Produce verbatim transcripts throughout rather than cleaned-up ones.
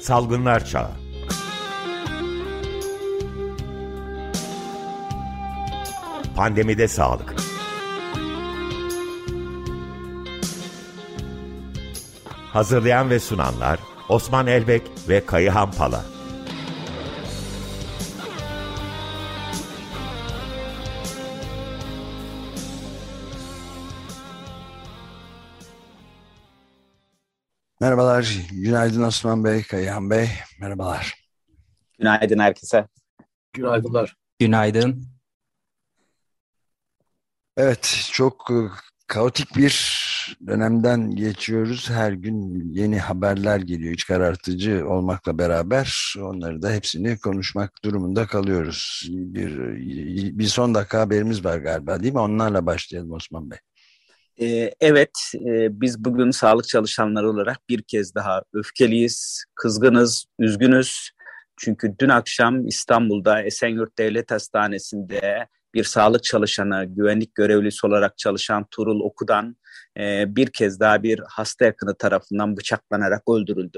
Salgınlar Çağı. Pandemide sağlık. Hazırlayan ve sunanlar Osman Elbek ve Kayıhan Pala. Merhabalar, günaydın Osman Bey, Kayıhan Bey, merhabalar. Günaydın herkese. Günaydınlar. Günaydın. Evet, çok kaotik bir dönemden geçiyoruz. Her gün yeni haberler geliyor, iç karartıcı olmakla beraber onları da hepsini konuşmak durumunda kalıyoruz. Bir, bir son dakika haberimiz var galiba, değil mi? Onlarla başlayalım Osman Bey. Evet, biz bugün sağlık çalışanları olarak bir kez daha öfkeliyiz, kızgınız, üzgünüz. Çünkü dün akşam İstanbul'da Esenyurt Devlet Hastanesi'nde bir sağlık çalışanı, güvenlik görevlisi olarak çalışan Tuğrul Oku'dan bir kez daha bir hasta yakını tarafından bıçaklanarak öldürüldü.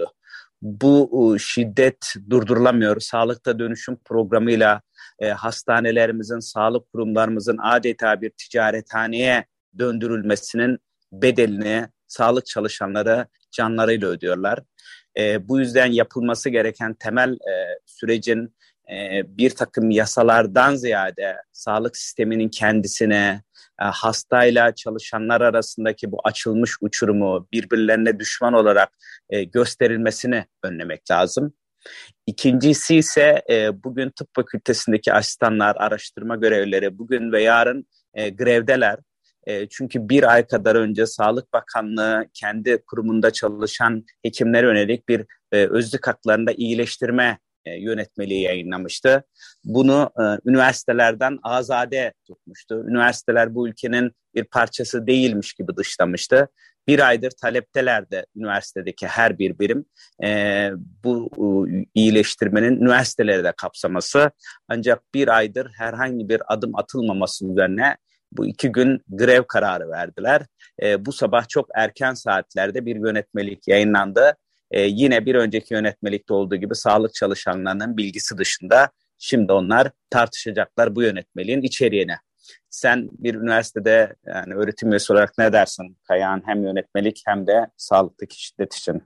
Bu şiddet durdurulamıyor. Sağlıkta Dönüşüm programıyla hastanelerimizin, sağlık kurumlarımızın adeta bir ticarethaneye döndürülmesinin bedelini sağlık çalışanları canlarıyla ödüyorlar. E, bu yüzden yapılması gereken temel e, sürecin e, bir takım yasalardan ziyade sağlık sisteminin kendisine, e, hastayla çalışanlar arasındaki bu açılmış uçurumu birbirlerine düşman olarak e, gösterilmesini önlemek lazım. İkincisi ise e, bugün tıp fakültesindeki asistanlar, araştırma görevlileri bugün ve yarın e, grevdeler. Çünkü bir ay kadar önce Sağlık Bakanlığı kendi kurumunda çalışan hekimlere yönelik bir e, özlük haklarında iyileştirme e, yönetmeliği yayınlamıştı. Bunu e, üniversitelerden azade tutmuştu. Üniversiteler bu ülkenin bir parçası değilmiş gibi dışlamıştı. Bir aydır taleptelerdi üniversitedeki her bir birim e, bu e, iyileştirmenin üniversiteleri de kapsaması. Ancak bir aydır herhangi bir adım atılmaması üzerine bu iki gün grev kararı verdiler. E, bu sabah çok erken saatlerde bir yönetmelik yayınlandı. E, yine bir önceki yönetmelikte olduğu gibi sağlık çalışanlarının bilgisi dışında şimdi onlar tartışacaklar bu yönetmeliğin içeriğini. Sen bir üniversitede yani öğretim üyesi olarak ne dersin Kayahan, hem yönetmelik hem de sağlıktaki şiddet için?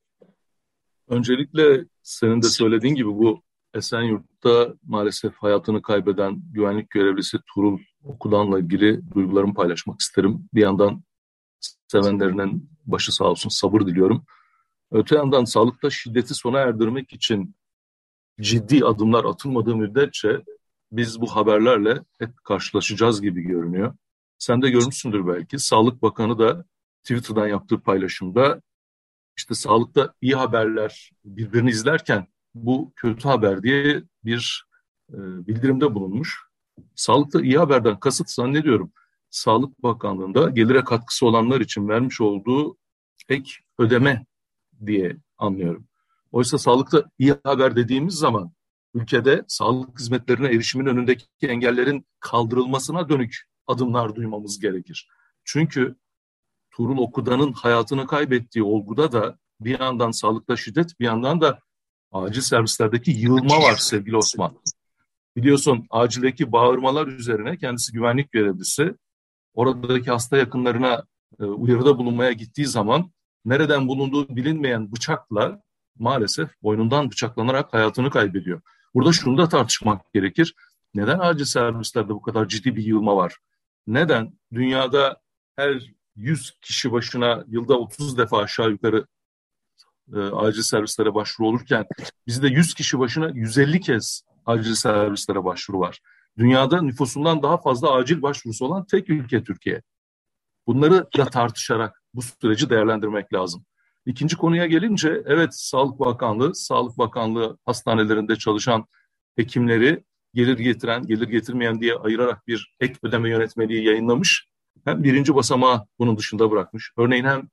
Öncelikle senin de söylediğin gibi bu Esenyurt'ta maalesef hayatını kaybeden güvenlik görevlisi Tuğrul Oku'danla ilgili duygularımı paylaşmak isterim. Bir yandan sevenlerinin başı sağ olsun, sabır diliyorum. Öte yandan sağlıkta şiddeti sona erdirmek için ciddi adımlar atılmadığı müddetçe biz bu haberlerle hep karşılaşacağız gibi görünüyor. Sen de görmüşsündür belki. Sağlık Bakanı da Twitter'dan yaptığı paylaşımda işte sağlıkta iyi haberler birbirini izlerken bu kötü haber diye bir e, bildirimde bulunmuş. Sağlıkta iyi haberden kasıt zannediyorum Sağlık Bakanlığı'nda gelire katkısı olanlar için vermiş olduğu ek ödeme diye anlıyorum. Oysa sağlıkta iyi haber dediğimiz zaman ülkede sağlık hizmetlerine erişimin önündeki engellerin kaldırılmasına dönük adımlar duymamız gerekir. Çünkü Tuğrul Oku'danın hayatını kaybettiği olguda da bir yandan sağlıkta şiddet, bir yandan da acil servislerdeki yığılma var sevgili Osman. Biliyorsun acildeki bağırmalar üzerine kendisi güvenlik görevlisi oradaki hasta yakınlarına e, uyarıda bulunmaya gittiği zaman nereden bulunduğu bilinmeyen bıçakla maalesef boynundan bıçaklanarak hayatını kaybediyor. Burada şunu da tartışmak gerekir. Neden acil servislerde bu kadar ciddi bir yığılma var? Neden dünyada her yüz kişi başına yılda otuz defa aşağı yukarı e, acil servislere başvuru olurken bizde yüz kişi başına yüz elli kez acil servislere başvuru var. Dünyada nüfusundan daha fazla acil başvurusu olan tek ülke Türkiye. Bunları da tartışarak bu süreci değerlendirmek lazım. İkinci konuya gelince evet Sağlık Bakanlığı, Sağlık Bakanlığı hastanelerinde çalışan hekimleri gelir getiren, gelir getirmeyen diye ayırarak bir ek ödeme yönetmeliği yayınlamış. Hem birinci basamağı bunun dışında bırakmış. Örneğin hem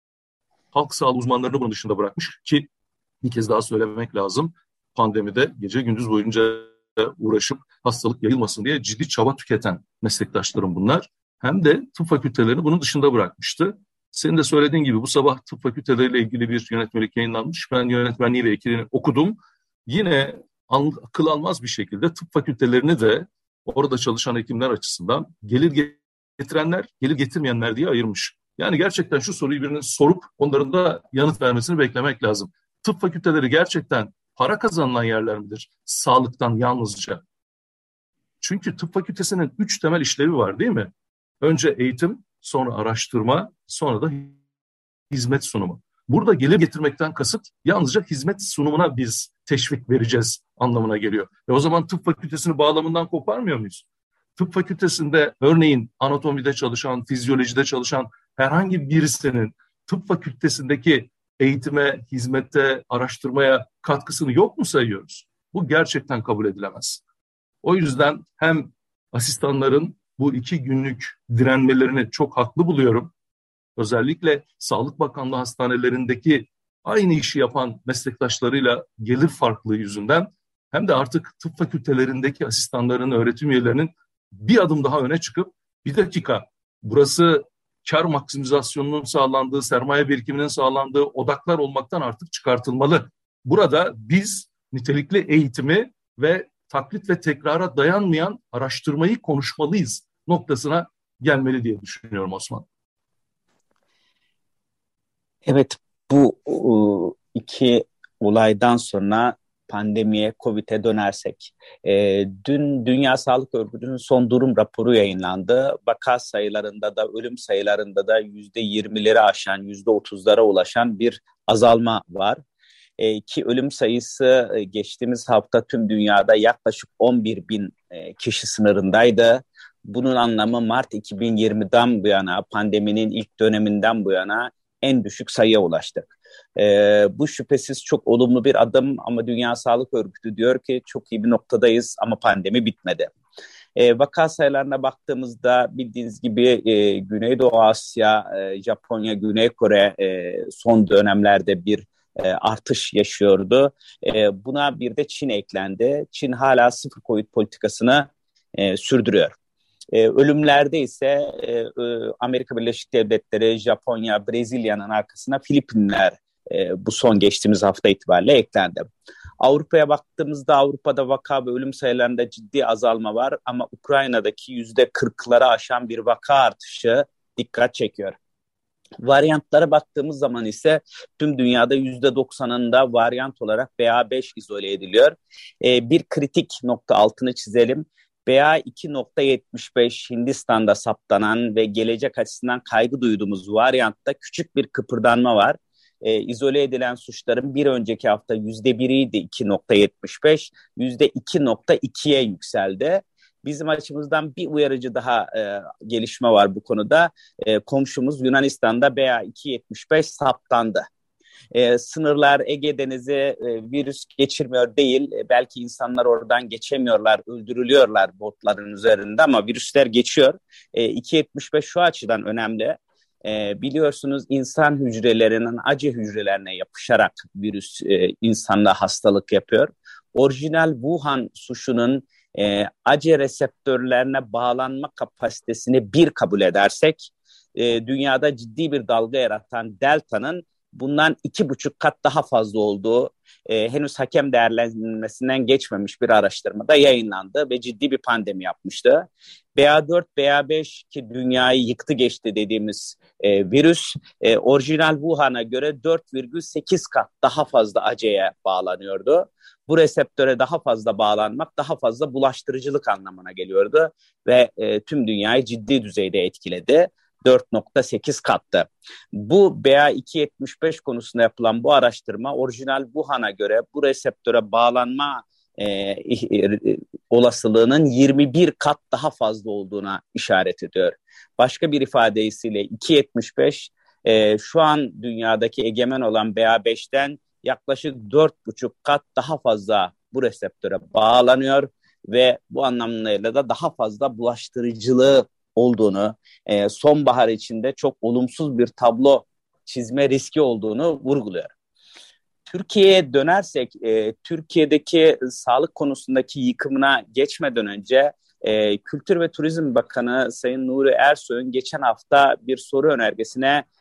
halk sağlığı uzmanlarını bunun dışında bırakmış ki bir kez daha söylemek lazım. Pandemide gece gündüz boyunca uğraşıp hastalık yayılmasın diye ciddi çaba tüketen meslektaşlarım bunlar. Hem de tıp fakültelerini bunun dışında bırakmıştı. Senin de söylediğin gibi bu sabah tıp fakülteleriyle ilgili bir yönetmelik yayınlanmış. Ben yönetmenliği ve ekibini okudum. Yine akıl almaz bir şekilde tıp fakültelerini de orada çalışan hekimler açısından gelir getirenler, gelir getirmeyenler diye ayırmış. Yani gerçekten şu soruyu birinin sorup onların da yanıt vermesini beklemek lazım. Tıp fakülteleri gerçekten para kazanılan yerler midir? Sağlıktan yalnızca. Çünkü tıp fakültesinin üç temel işlevi var değil mi? Önce eğitim, sonra araştırma, sonra da hizmet sunumu. Burada gelir getirmekten kasıt yalnızca hizmet sunumuna biz teşvik vereceğiz anlamına geliyor. E o zaman tıp fakültesini bağlamından koparmıyor muyuz? Tıp fakültesinde örneğin anatomide çalışan, fizyolojide çalışan herhangi birisinin tıp fakültesindeki eğitime, hizmete, araştırmaya katkısını yok mu sayıyoruz? Bu gerçekten kabul edilemez. O yüzden hem asistanların bu iki günlük direnmelerini çok haklı buluyorum. Özellikle Sağlık Bakanlığı hastanelerindeki aynı işi yapan meslektaşlarıyla gelir farklılığı yüzünden hem de artık tıp fakültelerindeki asistanların, öğretim üyelerinin bir adım daha öne çıkıp bir dakika burası kar maksimizasyonunun sağlandığı, sermaye birikiminin sağlandığı odaklar olmaktan artık çıkartılmalı. Burada biz nitelikli eğitimi ve taklit ve tekrara dayanmayan araştırmayı konuşmalıyız noktasına gelmeli diye düşünüyorum Osman. Evet, bu iki olaydan sonra pandemiye, Covid'e dönersek. E, dün Dünya Sağlık Örgütü'nün son durum raporu yayınlandı. Vaka sayılarında da, ölüm sayılarında da yüzde yirmileri aşan, yüzde otuzlara ulaşan bir azalma var. E, ki ölüm sayısı e, geçtiğimiz hafta tüm dünyada yaklaşık on bir bin e, kişi sınırındaydı. Bunun anlamı Mart iki bin yirmiden bu yana, pandeminin ilk döneminden bu yana en düşük sayıya ulaştık. Ee, bu şüphesiz çok olumlu bir adım ama Dünya Sağlık Örgütü diyor ki çok iyi bir noktadayız ama pandemi bitmedi. Ee, vaka sayılarına baktığımızda bildiğiniz gibi e, Güneydoğu Asya, e, Japonya, Güney Kore e, son dönemlerde bir e, artış yaşıyordu. E, buna bir de Çin eklendi. Çin hala sıfır Covid politikasını e, sürdürüyor. Ee, ölümlerde ise e, e, Amerika Birleşik Devletleri, Japonya, Brezilya'nın arkasına Filipinler e, bu son geçtiğimiz hafta itibariyle eklendi. Avrupa'ya baktığımızda Avrupa'da vaka ve ölüm sayılarında ciddi azalma var ama Ukrayna'daki yüzde kırkları aşan bir vaka artışı dikkat çekiyor. Varyantlara baktığımız zaman ise tüm dünyada yüzde doksanında varyant olarak B A beş izole ediliyor. E, bir kritik nokta altını çizelim. B A iki nokta yetmiş beş Hindistan'da saptanan ve gelecek açısından kaygı duyduğumuz varyantta küçük bir kıpırdanma var. E, izole edilen suçların bir önceki hafta yüzde biriydi iki nokta yetmiş beş, yüzde iki nokta ikiye yükseldi. Bizim açımızdan bir uyarıcı daha e, gelişme var bu konuda. E, komşumuz Yunanistan'da B A iki nokta yetmiş beş saptandı. Ee, sınırlar Ege Denizi e, virüs geçirmiyor değil. E, belki insanlar oradan geçemiyorlar, öldürülüyorlar botların üzerinde ama virüsler geçiyor. E, iki nokta yetmiş beş şu açıdan önemli. E, biliyorsunuz insan hücrelerinin acı hücrelerine yapışarak virüs e, insanda hastalık yapıyor. Orijinal Wuhan suşunun e, acı reseptörlerine bağlanma kapasitesini bir kabul edersek, e, dünyada ciddi bir dalga yaratan Delta'nın bundan iki buçuk kat daha fazla olduğu e, henüz hakem değerlendirmesinden geçmemiş bir araştırmada yayınlandı ve ciddi bir pandemi yapmıştı. B A dört, B A beş ki dünyayı yıktı geçti dediğimiz e, virüs e, orijinal Wuhan'a göre dört virgül sekiz kat daha fazla acıya bağlanıyordu. Bu reseptöre daha fazla bağlanmak daha fazla bulaştırıcılık anlamına geliyordu ve e, tüm dünyayı ciddi düzeyde etkiledi. dört nokta sekiz kattı. Bu B A iki nokta yetmiş beş konusunda yapılan bu araştırma orijinal Wuhan'a göre bu reseptöre bağlanma e, e, olasılığının yirmi bir kat daha fazla olduğuna işaret ediyor. Başka bir ifadesiyle iki nokta yetmiş beş e, şu an dünyadaki egemen olan B A beşten yaklaşık dört buçuk kat daha fazla bu reseptöre bağlanıyor ve bu anlamıyla da daha fazla bulaştırıcılığı olduğunu, e, sonbahar içinde çok olumsuz bir tablo çizme riski olduğunu vurguluyor. Türkiye'ye dönersek, e, Türkiye'deki sağlık konusundaki yıkımına geçmeden önce e, Kültür ve Turizm Bakanı Sayın Nuri Ersoy'un geçen hafta bir soru önergesine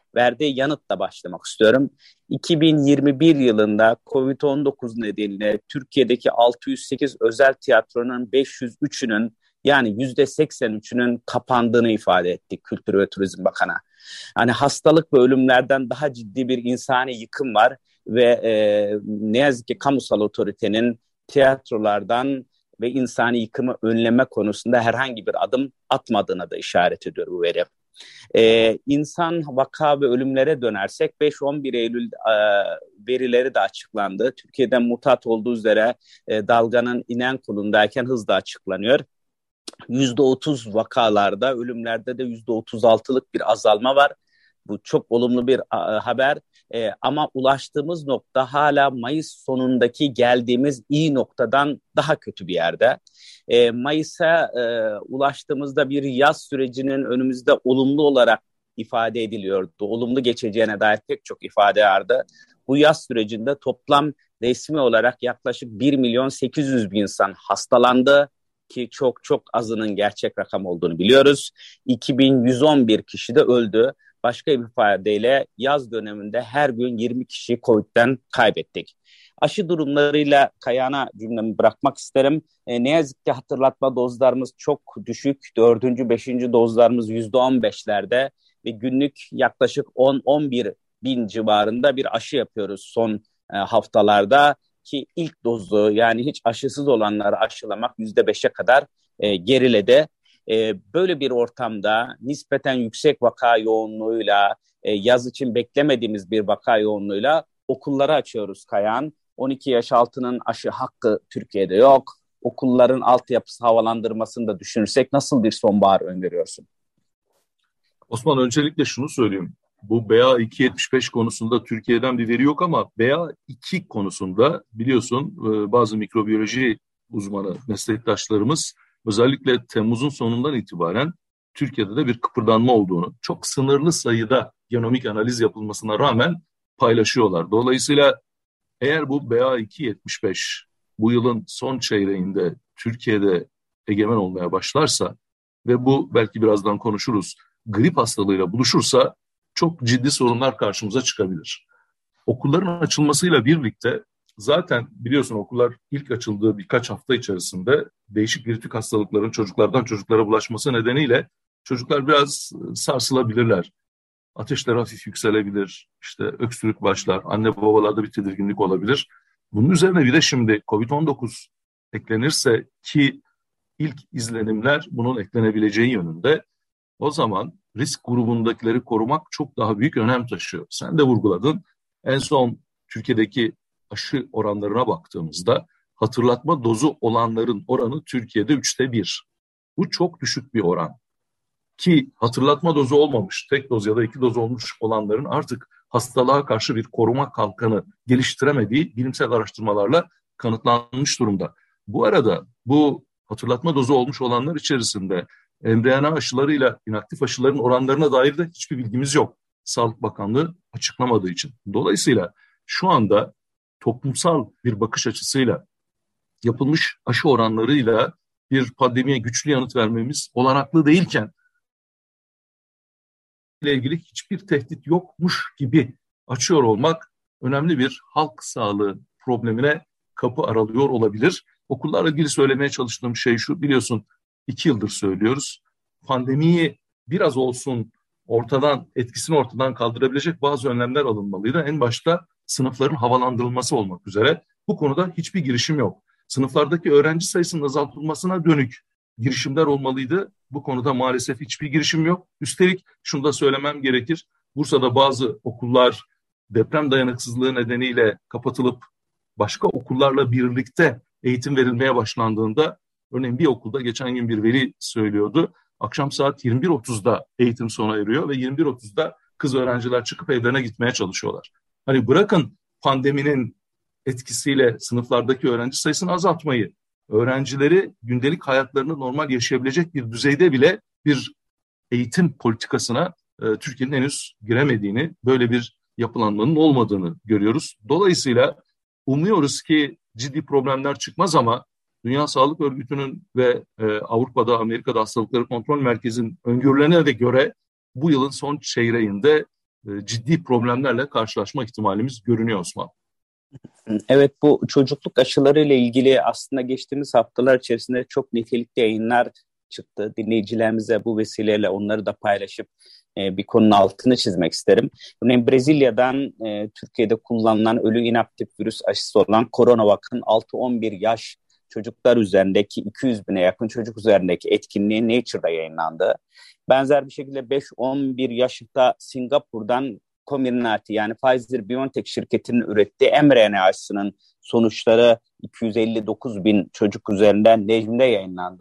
verdiği yanıtla başlamak istiyorum. iki bin yirmi bir yılında kovid on dokuz nedeniyle Türkiye'deki altı yüz sekiz özel tiyatronun beş yüz üçünün yani yüzde seksen üçünün kapandığını ifade etti Kültür ve Turizm Bakanı. Hani hastalık ve ölümlerden daha ciddi bir insani yıkım var ve e, ne yazık ki kamusal otoritenin tiyatrolardan ve insani yıkımı önleme konusunda herhangi bir adım atmadığına da işaret ediyor bu veri. Ee, insan vaka ve ölümlere dönersek beş on bir Eylül e, verileri de açıklandı. Türkiye'de mutat olduğu üzere e, dalganın inen kolundayken hızla açıklanıyor. yüzde otuz vakalarda, ölümlerde de yüzde otuz altılık bir azalma var. Bu çok olumlu bir a, haber. E, ama ulaştığımız nokta hala Mayıs sonundaki geldiğimiz iyi noktadan daha kötü bir yerde. E, Mayıs'a e, ulaştığımızda bir yaz sürecinin önümüzde olumlu olarak ifade ediliyordu. Olumlu geçeceğine dair pek çok ifade vardı. Bu yaz sürecinde toplam resmi olarak yaklaşık bir milyon sekiz yüz bin insan hastalandı ki çok çok azının gerçek rakam olduğunu biliyoruz. iki bin yüz on bir kişi de öldü. Başka bir ifadeyle yaz döneminde her gün yirmi kişi Covid'den kaybettik. Aşı durumlarıyla Kayahan'a cümlemi bırakmak isterim. E, ne yazık ki hatırlatma dozlarımız çok düşük. Dördüncü, beşinci dozlarımız yüzde on beşlerde ve günlük yaklaşık on on bir bin civarında bir aşı yapıyoruz son e, haftalarda. Ki ilk dozu yani hiç aşısız olanları aşılamak yüzde beşe kadar e, geriledi. E, böyle bir ortamda nispeten yüksek vaka yoğunluğuyla, e, yaz için beklemediğimiz bir vaka yoğunluğuyla okulları açıyoruz Kayahan. on iki yaş altının aşı hakkı Türkiye'de yok. Okulların altyapısı havalandırmasını da düşünürsek nasıl bir sonbahar öngörüyorsun? Osman, öncelikle şunu söyleyeyim. Bu B A iki yetmiş beş konusunda Türkiye'den bir veri yok ama B A iki konusunda biliyorsun bazı mikrobiyoloji uzmanı meslektaşlarımız özellikle Temmuz'un sonundan itibaren Türkiye'de de bir kıpırdanma olduğunu, çok sınırlı sayıda genomik analiz yapılmasına rağmen paylaşıyorlar. Dolayısıyla eğer bu B A iki yetmiş beş bu yılın son çeyreğinde Türkiye'de egemen olmaya başlarsa ve bu belki birazdan konuşuruz, grip hastalığıyla buluşursa çok ciddi sorunlar karşımıza çıkabilir. Okulların açılmasıyla birlikte zaten biliyorsun okullar ilk açıldığı birkaç hafta içerisinde değişik griptik hastalıkların çocuklardan çocuklara bulaşması nedeniyle çocuklar biraz sarsılabilirler. Ateşler hafif yükselebilir, işte öksürük başlar, anne babalarda bir tedirginlik olabilir. Bunun üzerine bir de şimdi kovid on dokuz eklenirse ki ilk izlenimler bunun eklenebileceği yönünde, o zaman risk grubundakileri korumak çok daha büyük önem taşıyor. Sen de vurguladın. En son Türkiye'deki aşı oranlarına baktığımızda hatırlatma dozu olanların oranı Türkiye'de üçte bir. Bu çok düşük bir oran. Ki hatırlatma dozu olmamış, tek doz ya da iki doz olmuş olanların artık hastalığa karşı bir koruma kalkanı geliştiremediği bilimsel araştırmalarla kanıtlanmış durumda. Bu arada bu hatırlatma dozu olmuş olanlar içerisinde mRNA aşılarıyla inaktif aşıların oranlarına dair de hiçbir bilgimiz yok. Sağlık Bakanlığı açıklamadığı için. Dolayısıyla şu anda toplumsal bir bakış açısıyla yapılmış aşı oranlarıyla bir pandemiye güçlü yanıt vermemiz olanaklı değilken ile ilgili hiçbir tehdit yokmuş gibi açıyor olmak önemli bir halk sağlığı problemine kapı aralıyor olabilir. Okullarla ilgili söylemeye çalıştığım şey şu, biliyorsun iki yıldır söylüyoruz. Pandemiyi biraz olsun ortadan, etkisini ortadan kaldırabilecek bazı önlemler alınmalıydı. En başta sınıfların havalandırılması olmak üzere. Bu konuda hiçbir girişim yok. Sınıflardaki öğrenci sayısının azaltılmasına dönük girişimler olmalıydı. Bu konuda maalesef hiçbir girişim yok. Üstelik şunu da söylemem gerekir. Bursa'da bazı okullar deprem dayanıksızlığı nedeniyle kapatılıp başka okullarla birlikte eğitim verilmeye başlandığında, örneğin bir okulda geçen gün bir veli söylüyordu. Akşam saat yirmi bir otuzda eğitim sona eriyor ve yirmi bir otuzda kız öğrenciler çıkıp evlerine gitmeye çalışıyorlar. Hani bırakın pandeminin etkisiyle sınıflardaki öğrenci sayısını azaltmayı, öğrencileri gündelik hayatlarını normal yaşayabilecek bir düzeyde bile bir eğitim politikasına e, Türkiye'nin henüz giremediğini, böyle bir yapılanmanın olmadığını görüyoruz. Dolayısıyla umuyoruz ki ciddi problemler çıkmaz ama Dünya Sağlık Örgütü'nün ve e, Avrupa'da, Amerika'da Hastalıkları Kontrol Merkezi'nin öngörülerine de göre bu yılın son çeyreğinde ciddi problemlerle karşılaşma ihtimalimiz görünüyor Osman. Evet, bu çocukluk aşıları ile ilgili aslında geçtiğimiz haftalar içerisinde çok nitelikli yayınlar çıktı. Dinleyicilerimize bu vesileyle onları da paylaşıp e, bir konunun altını çizmek isterim. Örneğin Brezilya'dan e, Türkiye'de kullanılan ölü inaktif virüs aşısı olan CoronaVac'ın altı on bir yaş çocuklar üzerindeki iki yüz bine yakın çocuk üzerindeki etkinliği Nature'da yayınlandı. Benzer bir şekilde beş on bir yaşında Singapur'dan Comirnaty yani Pfizer-BioNTech şirketinin ürettiği mRNA aşısının sonuçları iki yüz elli dokuz bin çocuk üzerinden Necm'de yayınlandı.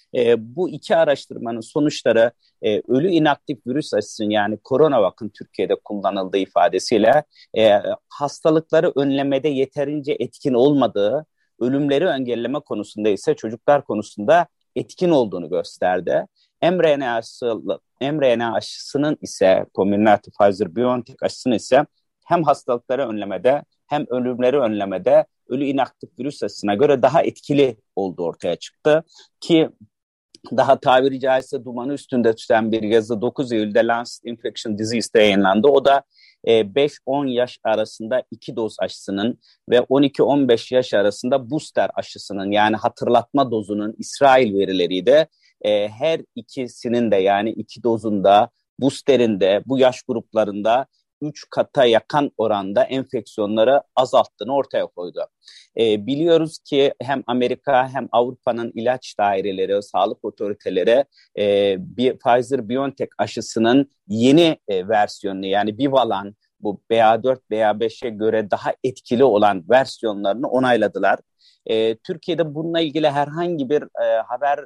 E, bu iki araştırmanın sonuçları e, ölü inaktif virüs aşısının yani CoronaVac'ın Türkiye'de kullanıldığı ifadesiyle e, hastalıkları önlemede yeterince etkin olmadığı, ölümleri engelleme konusunda ise çocuklar konusunda etkin olduğunu gösterdi. mRNA aşısı, mRNA aşısının ise Comirnaty Pfizer-BioNTech aşısının ise hem hastalıkları önlemede hem ölümleri önlemede ölü inaktif virüs aşısına göre daha etkili olduğu ortaya çıktı ki daha tabiri caizse dumanı üstünde tutan bir yazı dokuz Eylül'de Lancet Infectious Disease'de yayınlandı. O da beş on yaş arasında iki doz aşısının ve on iki on beş yaş arasında booster aşısının yani hatırlatma dozunun İsrail verileriydi. E, her ikisinin de yani iki dozunda, boosterinde, bu yaş gruplarında üç kata yakın oranda enfeksiyonları azalttığını ortaya koydu. E, biliyoruz ki hem Amerika hem Avrupa'nın ilaç daireleri, sağlık otoriteleri e, bir Pfizer-BioNTech aşısının yeni e, versiyonunu yani Bivalent bu B A dört B A beşe göre daha etkili olan versiyonlarını onayladılar. E, Türkiye'de bununla ilgili herhangi bir e, haber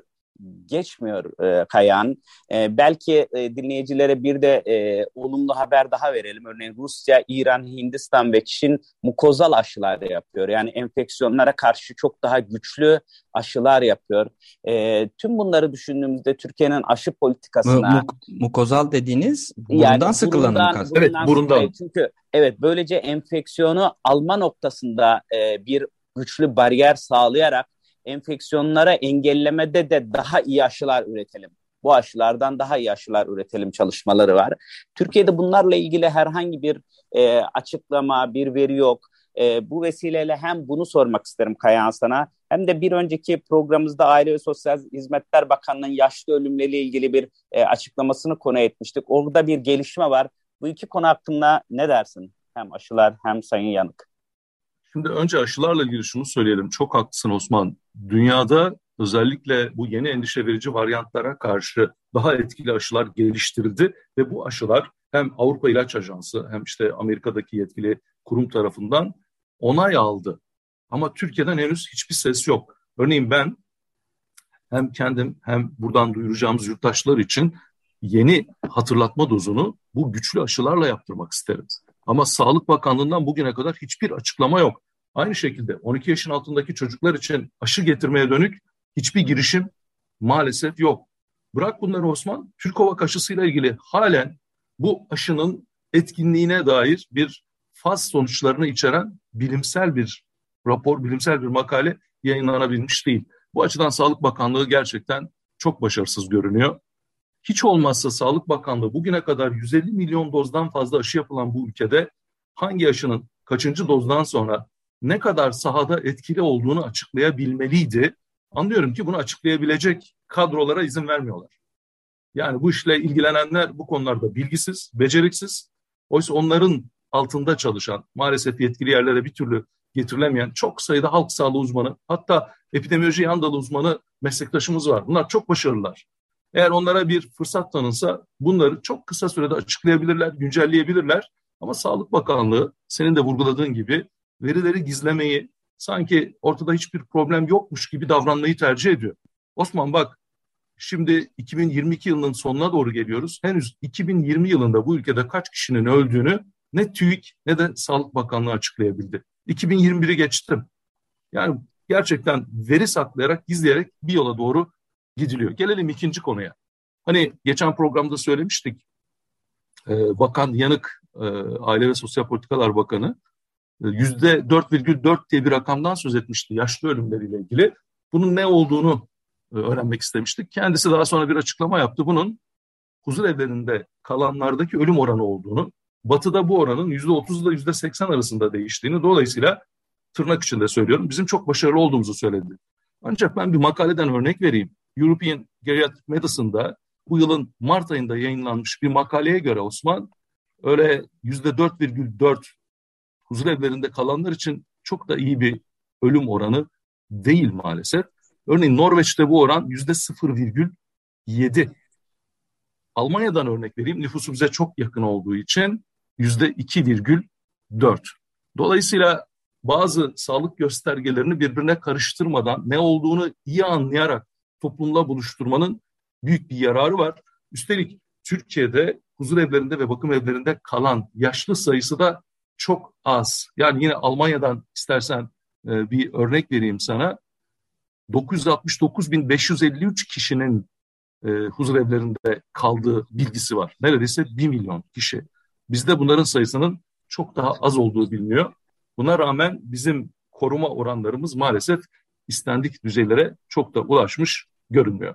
geçmiyor e, Kayan. E, belki e, dinleyicilere bir de e, olumlu haber daha verelim. Örneğin Rusya, İran, Hindistan ve Çin mukozal aşılar yapıyor. Yani enfeksiyonlara karşı çok daha güçlü aşılar yapıyor. E, tüm bunları düşündüğümüzde Türkiye'nin aşı politikasına... M- mukozal dediğiniz burundan yani sıkılanı mı kastediyorsunuz? Evet, burundan. Çünkü evet böylece enfeksiyonu alma noktasında e, bir güçlü bariyer sağlayarak enfeksiyonlara engellemede de daha iyi aşılar üretelim. Bu aşılardan daha iyi aşılar üretelim çalışmaları var. Türkiye'de bunlarla ilgili herhangi bir e, açıklama, bir veri yok. E, bu vesileyle hem bunu sormak isterim Kayahan sana hem de bir önceki programımızda Aile ve Sosyal Hizmetler Bakanlığı'nın yaşlı ölümleriyle ilgili bir e, açıklamasını konu etmiştik. Orada bir gelişme var. Bu iki konu hakkında ne dersin? Hem aşılar hem Sayın Yanık. Şimdi önce aşılarla ilgili şunu söyleyelim. Çok haklısın Osman. Dünyada özellikle bu yeni endişe verici varyantlara karşı daha etkili aşılar geliştirildi ve bu aşılar hem Avrupa İlaç Ajansı hem işte Amerika'daki yetkili kurum tarafından onay aldı. Ama Türkiye'den henüz hiçbir ses yok. Örneğin ben hem kendim hem buradan duyuracağımız yurttaşlar için yeni hatırlatma dozunu bu güçlü aşılarla yaptırmak isterim. Ama Sağlık Bakanlığı'ndan bugüne kadar hiçbir açıklama yok. Aynı şekilde on iki yaşın altındaki çocuklar için aşı getirmeye dönük hiçbir girişim maalesef yok. Bırak bunları Osman, Türkovak aşısıyla ilgili halen bu aşının etkinliğine dair bir faz sonuçlarını içeren bilimsel bir rapor, bilimsel bir makale yayınlanabilmiş değil. Bu açıdan Sağlık Bakanlığı gerçekten çok başarısız görünüyor. Hiç olmazsa Sağlık Bakanlığı bugüne kadar yüz elli milyon dozdan fazla aşı yapılan bu ülkede hangi aşının kaçıncı dozdan sonra ne kadar sahada etkili olduğunu açıklayabilmeliydi. Anlıyorum ki bunu açıklayabilecek kadrolara izin vermiyorlar. Yani bu işle ilgilenenler bu konularda bilgisiz, beceriksiz. Oysa onların altında çalışan, maalesef yetkili yerlere bir türlü getirilemeyen çok sayıda halk sağlığı uzmanı, hatta epidemioloji yan dalı uzmanı meslektaşımız var. Bunlar çok başarılılar. Eğer onlara bir fırsat tanınsa bunları çok kısa sürede açıklayabilirler, güncelleyebilirler. Ama Sağlık Bakanlığı senin de vurguladığın gibi verileri gizlemeyi, sanki ortada hiçbir problem yokmuş gibi davranmayı tercih ediyor. Osman bak, şimdi iki bin yirmi iki yılının sonuna doğru geliyoruz. Henüz iki bin yirmi yılında bu ülkede kaç kişinin öldüğünü ne TÜİK ne de Sağlık Bakanlığı açıklayabildi. iki bin yirmi biri geçtim. Yani gerçekten veri saklayarak, gizleyerek bir yola doğru gidiliyor. Gelelim ikinci konuya. Hani geçen programda söylemiştik. Ee, Bakan Yanık, e, Aile ve Sosyal Politikalar Bakanı yüzde dört virgül dört diye bir rakamdan söz etmişti yaşlı ölümleriyle ilgili. Bunun ne olduğunu e, öğrenmek istemiştik. Kendisi daha sonra bir açıklama yaptı. Bunun huzur evlerinde kalanlardaki ölüm oranı olduğunu, Batı'da bu oranın yüzde otuz ile yüzde seksen arasında değiştiğini, dolayısıyla tırnak içinde söylüyorum, bizim çok başarılı olduğumuzu söyledi. Ancak ben bir makaleden örnek vereyim. European Geriatric Medicine'da bu yılın Mart ayında yayınlanmış bir makaleye göre Osman, öyle yüzde dört virgül dört huzurevlerinde kalanlar için çok da iyi bir ölüm oranı değil maalesef. Örneğin Norveç'te bu oran yüzde sıfır virgül yedi. Almanya'dan örnek vereyim. Nüfusu bize çok yakın olduğu için yüzde iki virgül dört. Dolayısıyla bazı sağlık göstergelerini birbirine karıştırmadan, ne olduğunu iyi anlayarak toplumla buluşturmanın büyük bir yararı var. Üstelik Türkiye'de huzur evlerinde ve bakım evlerinde kalan yaşlı sayısı da çok az. Yani yine Almanya'dan istersen e, bir örnek vereyim sana. dokuz yüz altmış dokuz bin beş yüz elli üç kişinin e, huzur evlerinde kaldığı bilgisi var. Neredeyse bir milyon kişi. Bizde bunların sayısının çok daha az olduğu biliniyor. Buna rağmen bizim koruma oranlarımız maalesef istendik düzeylere çok da ulaşmış görünmüyor.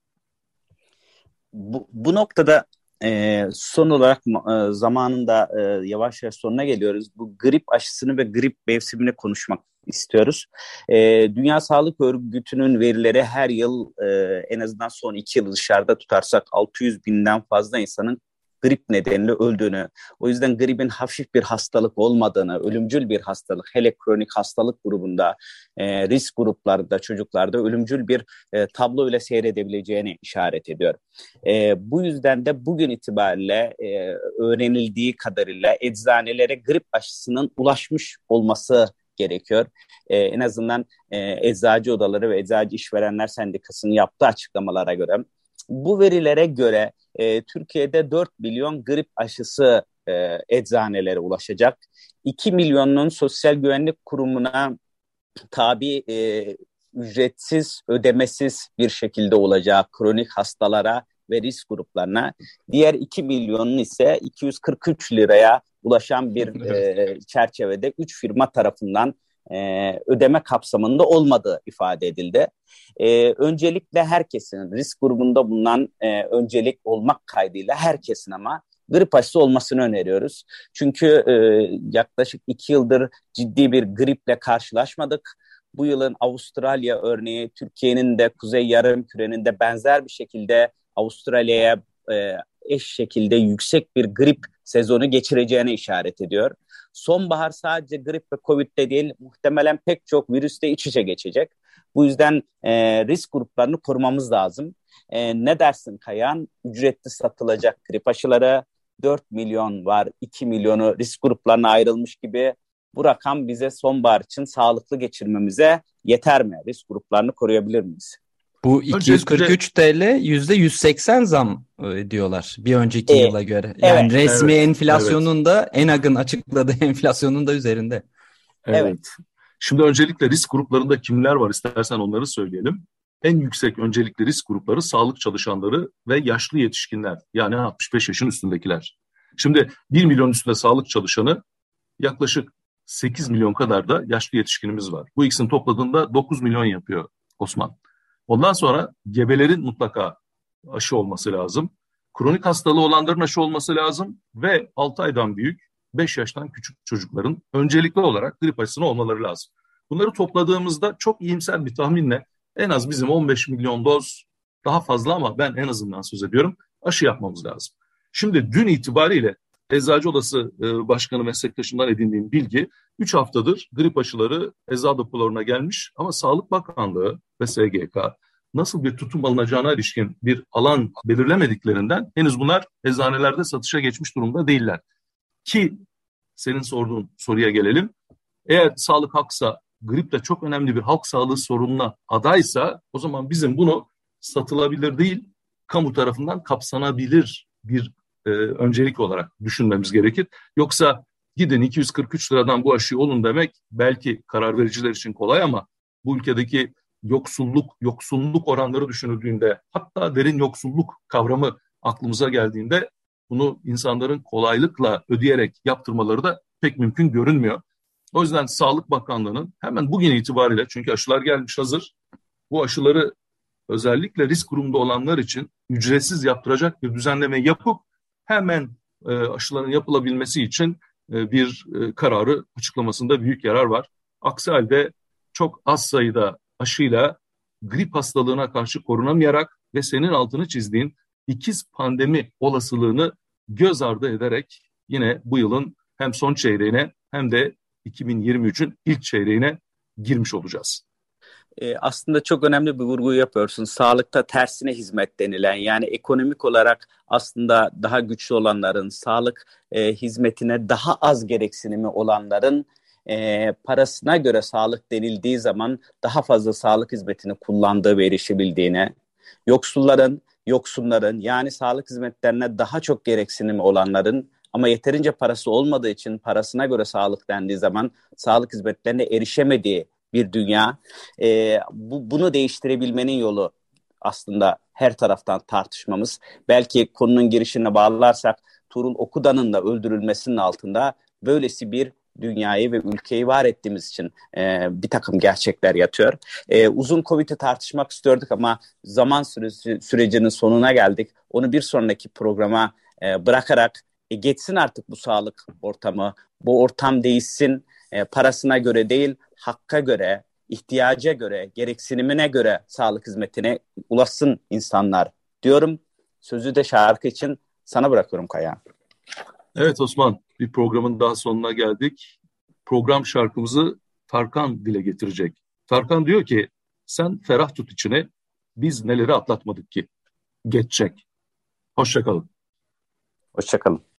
Bu, bu noktada e, son olarak e, zamanında e, yavaş yavaş sonuna geliyoruz. Bu grip aşısını ve grip mevsimini konuşmak istiyoruz. E, Dünya Sağlık Örgütü'nün verileri her yıl e, en azından son iki yıl dışarıda tutarsak altı yüz binden fazla insanın grip nedeniyle öldüğünü, o yüzden gripin hafif bir hastalık olmadığını, ölümcül bir hastalık, hele kronik hastalık grubunda, e, risk gruplarda, çocuklarda ölümcül bir e, tablo ile seyredebileceğini işaret ediyor. E, bu yüzden de bugün itibariyle e, öğrenildiği kadarıyla eczanelere grip aşısının ulaşmış olması gerekiyor. Ee, en azından e, eczacı odaları ve eczacı işverenler sendikasının yaptığı açıklamalara göre. Bu verilere göre e, Türkiye'de dört milyon grip aşısı e, eczanelere ulaşacak. iki milyonun Sosyal Güvenlik Kurumu'na tabi e, ücretsiz, ödemesiz bir şekilde olacağı kronik hastalara ve risk gruplarına. Diğer iki milyonun ise iki yüz kırk üç liraya ulaşan bir e, çerçevede üç firma tarafından e, ödeme kapsamında olmadığı ifade edildi. E, öncelikle herkesin, risk grubunda bulunan e, öncelik olmak kaydıyla herkesin ama grip aşısı olmasını öneriyoruz. Çünkü e, yaklaşık iki yıldır ciddi bir griple karşılaşmadık. Bu yılın Avustralya örneği, Türkiye'nin de Kuzey Yarımküre'nin de benzer bir şekilde Avustralya'ya e, eş şekilde yüksek bir grip sezonu geçireceğine işaret ediyor. Sonbahar sadece grip ve Covid'de değil, muhtemelen pek çok virüste iç içe geçecek. Bu yüzden e, risk gruplarını korumamız lazım. E, ne dersin Kayan? Ücretli satılacak grip aşıları dört milyon var, iki milyonu risk gruplarına ayrılmış gibi. Bu rakam bize sonbahar için sağlıklı geçirmemize yeter mi? Risk gruplarını koruyabilir miyiz? Bu iki yüz kırk üç TL yüzde yüz seksen zam diyorlar bir önceki e, yıla göre. Yani evet, resmi evet, enflasyonun evet. da ENAG'ın açıkladığı enflasyonun da üzerinde. Evet. evet. Şimdi öncelikle risk gruplarında kimler var istersen onları söyleyelim. En yüksek öncelikli risk grupları sağlık çalışanları ve yaşlı yetişkinler. Yani altmış beş yaşın üstündekiler. Şimdi bir milyon üstünde sağlık çalışanı, yaklaşık sekiz milyon kadar da yaşlı yetişkinimiz var. Bu ikisini topladığında dokuz milyon yapıyor Osman. Ondan sonra gebelerin mutlaka aşı olması lazım. Kronik hastalığı olanların aşı olması lazım ve altı aydan büyük, beş yaştan küçük çocukların öncelikli olarak grip aşısına olmaları lazım. Bunları topladığımızda çok iyimser bir tahminle en az bizim on beş milyon doz, daha fazla ama ben en azından söz ediyorum, aşı yapmamız lazım. Şimdi dün itibariyle Eczacı Odası Başkanı meslektaşımdan edindiğim bilgi, üç haftadır grip aşıları eczacı depolarına gelmiş ama Sağlık Bakanlığı ve S G K nasıl bir tutum alınacağına ilişkin bir alan belirlemediklerinden henüz bunlar eczanelerde satışa geçmiş durumda değiller. Ki senin sorduğun soruya gelelim. Eğer sağlık haksa, grip de çok önemli bir halk sağlığı sorununa adaysa, o zaman bizim bunu satılabilir değil, kamu tarafından kapsanabilir bir e, öncelik olarak düşünmemiz gerekir. Yoksa gidin iki yüz kırk üç liradan bu aşıyı olun demek belki karar vericiler için kolay ama bu ülkedeki yoksulluk, yoksulluk oranları düşünüldüğünde, hatta derin yoksulluk kavramı aklımıza geldiğinde bunu insanların kolaylıkla ödeyerek yaptırmaları da pek mümkün görünmüyor. O yüzden Sağlık Bakanlığı'nın hemen bugün itibariyle, çünkü aşılar gelmiş hazır, bu aşıları özellikle risk grubunda olanlar için ücretsiz yaptıracak bir düzenleme yapıp hemen e, aşıların yapılabilmesi için e, bir e, kararı açıklamasında büyük yarar var. Aksi halde çok az sayıda aşıyla grip hastalığına karşı korunamayarak ve senin altını çizdiğin ikiz pandemi olasılığını göz ardı ederek yine bu yılın hem son çeyreğine hem de iki bin yirmi üçün ilk çeyreğine girmiş olacağız. E, aslında çok önemli bir vurgu yapıyorsun. Sağlıkta tersine hizmet denilen, yani ekonomik olarak aslında daha güçlü olanların, sağlık e, hizmetine daha az gereksinimi olanların e, parasına göre sağlık denildiği zaman daha fazla sağlık hizmetini kullandığı ve erişebildiğine, yoksulların, yoksunların yani sağlık hizmetlerine daha çok gereksinimi olanların ama yeterince parası olmadığı için parasına göre sağlık dendiği zaman sağlık hizmetlerine erişemediği bir dünya. E, bu, bunu değiştirebilmenin yolu aslında her taraftan tartışmamız. Belki konunun girişine bağlarsak Tuğrul Okudan'ın da öldürülmesinin altında böylesi bir dünyayı ve ülkeyi var ettiğimiz için e, bir takım gerçekler yatıyor. E, uzun Covid'i tartışmak istiyorduk ama zaman süresi, sürecinin sonuna geldik. Onu bir sonraki programa e, bırakarak e, geçsin artık bu sağlık ortamı. Bu ortam değişsin. E, parasına göre değil, hakka göre, ihtiyaca göre, gereksinimine göre sağlık hizmetine ulaşsın insanlar diyorum. Sözü de şarkı için sana bırakıyorum Kaya. Evet Osman, bir programın daha sonuna geldik. Program şarkımızı Tarkan dile getirecek. Tarkan diyor ki, sen ferah tut içine, biz neleri atlatmadık ki. Geçecek. Hoşça kalın. Hoşça kalın.